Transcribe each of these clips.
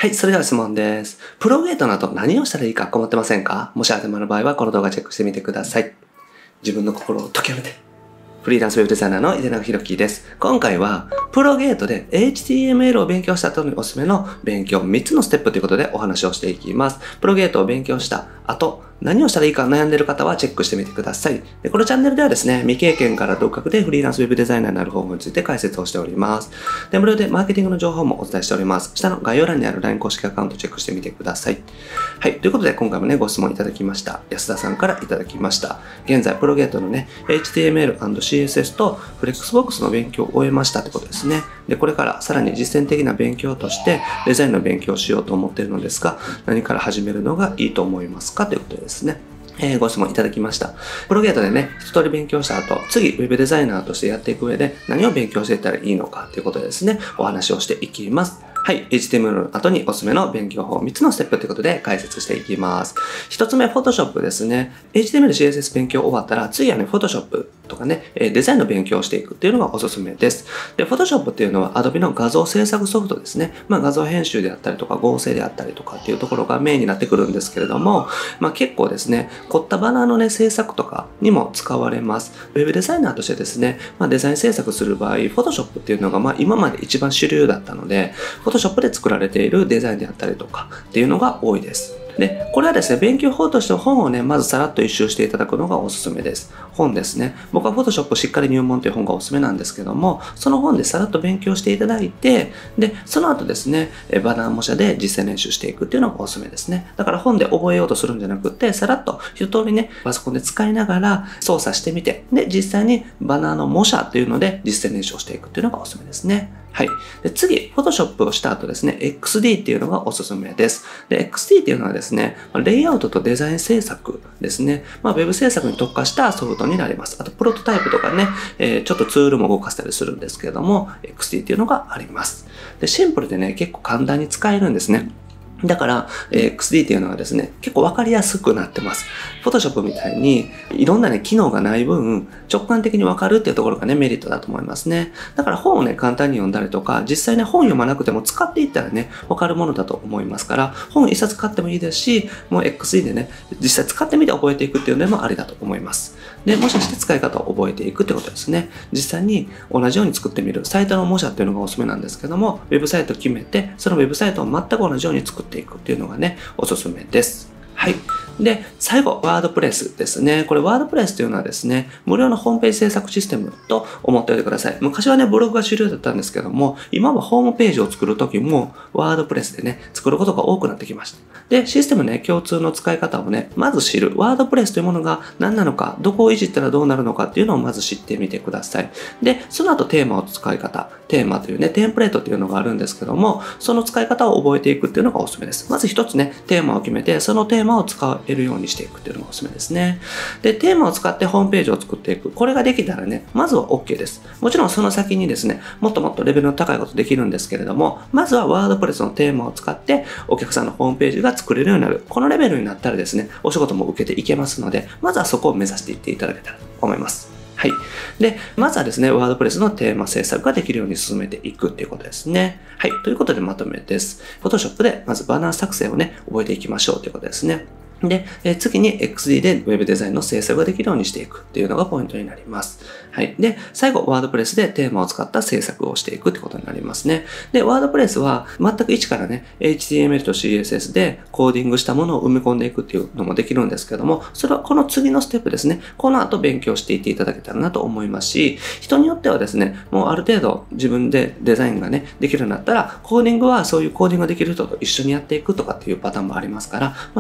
はい、それでは質問です。プロゲートの後何をしたらいいか困ってませんか？もし頭の場合はこの動画チェックしてみてください。自分の心を解き放て。フリーランスウェブデザイナーの井出永弘樹です。今回はプロゲートで HTML を勉強した後におすすめの勉強3つのステップということでお話をしていきます。プロゲートを勉強した後、何をしたらいいか悩んでいる方はチェックしてみてください。でこのチャンネルではですね、未経験から独学でフリーランスウェブデザイナーになる方法について解説をしております。で無料でマーケティングの情報もお伝えしております。下の概要欄にある LINE 公式アカウントチェックしてみてください。はい、ということで今回もね、ご質問いただきました。安田さんからいただきました。現在、プロゲートのね、HTML&CSS と Flexbox の勉強を終えましたってことですね。で、これからさらに実践的な勉強としてデザインの勉強をしようと思っているのですが、何から始めるのがいいと思いますかということですね。ご質問いただきました。プロゲートでね、一通り勉強した後、次、ウェブデザイナーとしてやっていく上で何を勉強していったらいいのかということでですね、お話をしていきます。はい。HTML の後におすすめの勉強法3つのステップということで解説していきます。1つ目、Photoshop ですね。HTML、CSS 勉強終わったら、次はね、Photoshop とかね、デザインの勉強をしていくっていうのがおすすめです。で、Photoshop っていうのは Adobe の画像制作ソフトですね。画像編集であったりとか合成であったりとかっていうところがメインになってくるんですけれども、結構ですね、凝ったバナーのね、制作とかにも使われます。ウェブデザイナーとしてですね、デザイン制作する場合、Photoshop っていうのが今まで一番主流だったので、Photoshop で作られているデザインであったりとかっていうのが多いです。で、これはですね、勉強法として本をね、まずさらっと一周していただくのがおすすめです。本ですね。僕は Photoshop しっかり入門という本がおすすめなんですけども、その本でさらっと勉強していただいて、で、その後ですね、バナー模写で実践練習していくっていうのがおすすめですね。だから本で覚えようとするんじゃなくて、さらっと一通りね、パソコンで使いながら操作してみて、で、実際にバナーの模写っていうので実践練習をしていくっていうのがおすすめですね。はい。で、次、Photoshop をした後ですね、XD っていうのがおすすめです。で、XD っていうのはですね、レイアウトとデザイン制作ですね。ウェブ制作に特化したソフトになります。あと、プロトタイプとかね、ちょっとツールも動かせたりするんですけれども、XD っていうのがあります。で、シンプルでね、結構簡単に使えるんですね。だから、XD っていうのはですね、結構わかりやすくなってます。Photoshop みたいに、いろんなね、機能がない分、直感的にわかるっていうところがね、メリットだと思いますね。だから本をね、簡単に読んだりとか、実際ね、本読まなくても使っていったらね、わかるものだと思いますから、本一冊買ってもいいですし、もう XD でね、実際使ってみて覚えていくっていうのもありだと思います。で、模写して使い方を覚えていくってことですね。実際に同じように作ってみる。サイトの模写っていうのがおすすめなんですけども、ウェブサイトを決めて、そのウェブサイトを全く同じように作っていくっていうのがね、おすすめです。はい。で、最後、ワードプレスですね。これ、ワードプレスというのはですね、無料のホームページ制作システムと思っておいてください。昔はね、ブログが主流だったんですけども、今はホームページを作るときも、ワードプレスでね、作ることが多くなってきました。で、システムね、共通の使い方をね、まず知る。ワードプレスというものが何なのか、どこをいじったらどうなるのかっていうのをまず知ってみてください。で、その後テーマを使い方。テーマというね、テンプレートっていうのがあるんですけども、その使い方を覚えていくっていうのがおすすめです。まず一つね、テーマを決めて、そのテーマを使えるようにしていくっていうのがおすすめですね。で、テーマを使ってホームページを作っていく。これができたらね、まずは OK です。もちろんその先にですね、もっともっとレベルの高いことできるんですけれども、まずはワードプレスのテーマを使ってお客さんのホームページが作れるようになる。このレベルになったらですね、お仕事も受けていけますので、まずはそこを目指していっていただけたらと思います。はい。で、まずはですね、ワードプレスのテーマ制作ができるように進めていくっていうことですね。はい。ということでまとめです。Photoshop でまずバナー作成をね、覚えていきましょうということですね。で、次に XD で Web デザインの制作ができるようにしていくっていうのがポイントになります。はい。で、最後、ワードプレスでテーマを使った制作をしていくってことになりますね。で、ワードプレスは全く一からね、HTML と CSS でコーディングしたものを埋め込んでいくっていうのもできるんですけども、それはこの次のステップですね。この後勉強していっていただけたらなと思いますし、人によってはですね、もうある程度自分でデザインがね、できるようになったら、コーディングはそういうコーディングができる人と一緒にやっていくとかっていうパターンもありますから、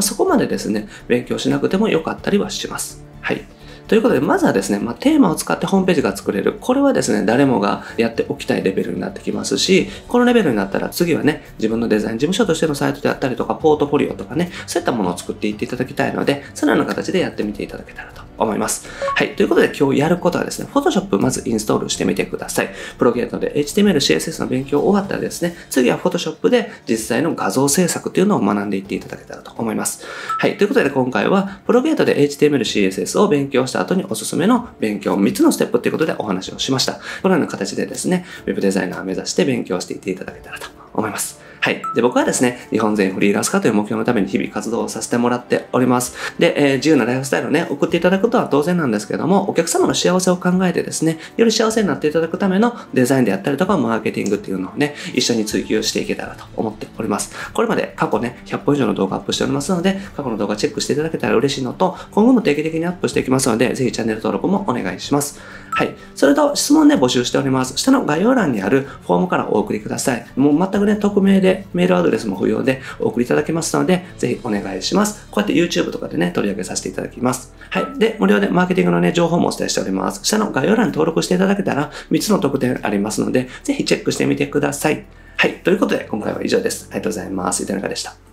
そこまでですね、勉強しなくてもよかったりはします。はい。ということで、まずはですね、テーマを使ってホームページが作れる。これはですね、誰もがやっておきたいレベルになってきますし、このレベルになったら次はね、自分のデザイン事務所としてのサイトであったりとか、ポートフォリオとかね、そういったものを作っていっていただきたいので、そのような形でやってみていただけたらと思います。はい。ということで、今日やることはですね、Photoshop まずインストールしてみてください。プロゲートで HTML、CSS の勉強終わったらですね、次は Photoshop で実際の画像制作っていうのを学んでいっていただけたらと思います。はい。ということで、今回はプロゲートで HTML、CSS を勉強した後におすすめの勉強3つのステップということでお話をしました。このような形でですね、Web デザイナーを目指して勉強していっていただけたらと思います。はい。で、僕はですね、日本全員フリーランス化という目標のために日々活動をさせてもらっております。で、自由なライフスタイルをね、送っていただくことは当然なんですけども、お客様の幸せを考えてですね、より幸せになっていただくためのデザインであったりとか、マーケティングっていうのをね、一緒に追求していけたらと思っております。これまで過去ね、100本以上の動画アップしておりますので、過去の動画チェックしていただけたら嬉しいのと、今後も定期的にアップしていきますので、ぜひチャンネル登録もお願いします。はい。それと、質問ね、募集しております。下の概要欄にあるフォームからお送りください。もう全くね、匿名で、メールアドレスも不要でお送りいただけますので、ぜひお願いします。こうやって YouTube とかでね、取り上げさせていただきます。はい。で、無料でマーケティングのね、情報もお伝えしております。下の概要欄に登録していただけたら、3つの特典ありますので、ぜひチェックしてみてください。はい。ということで、今回は以上です。ありがとうございます。井手中でした。